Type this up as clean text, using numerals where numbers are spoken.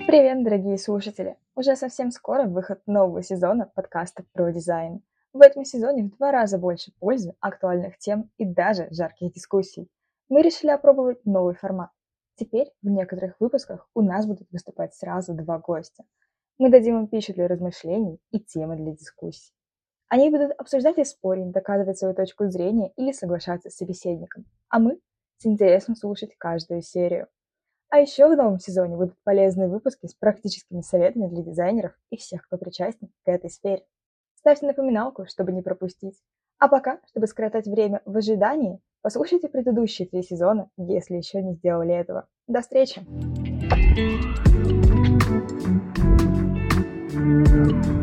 Привет, дорогие слушатели! Уже совсем скоро выход нового сезона подкаста про дизайн. В этом сезоне в 2 раза больше пользы, актуальных тем и даже жарких дискуссий. Мы решили опробовать новый формат. Теперь в некоторых выпусках у нас будут выступать сразу 2 гостя. Мы дадим им пищу для размышлений и темы для дискуссий. Они будут обсуждать и спорить, доказывать свою точку зрения или соглашаться с собеседником. А мы с интересом слушать каждую серию. А еще в новом сезоне будут полезные выпуски с практическими советами для дизайнеров и всех, кто причастен к этой сфере. Ставьте напоминалку, чтобы не пропустить. А пока, чтобы скоротать время в ожидании, послушайте предыдущие 3 сезона, если еще не сделали этого. До встречи!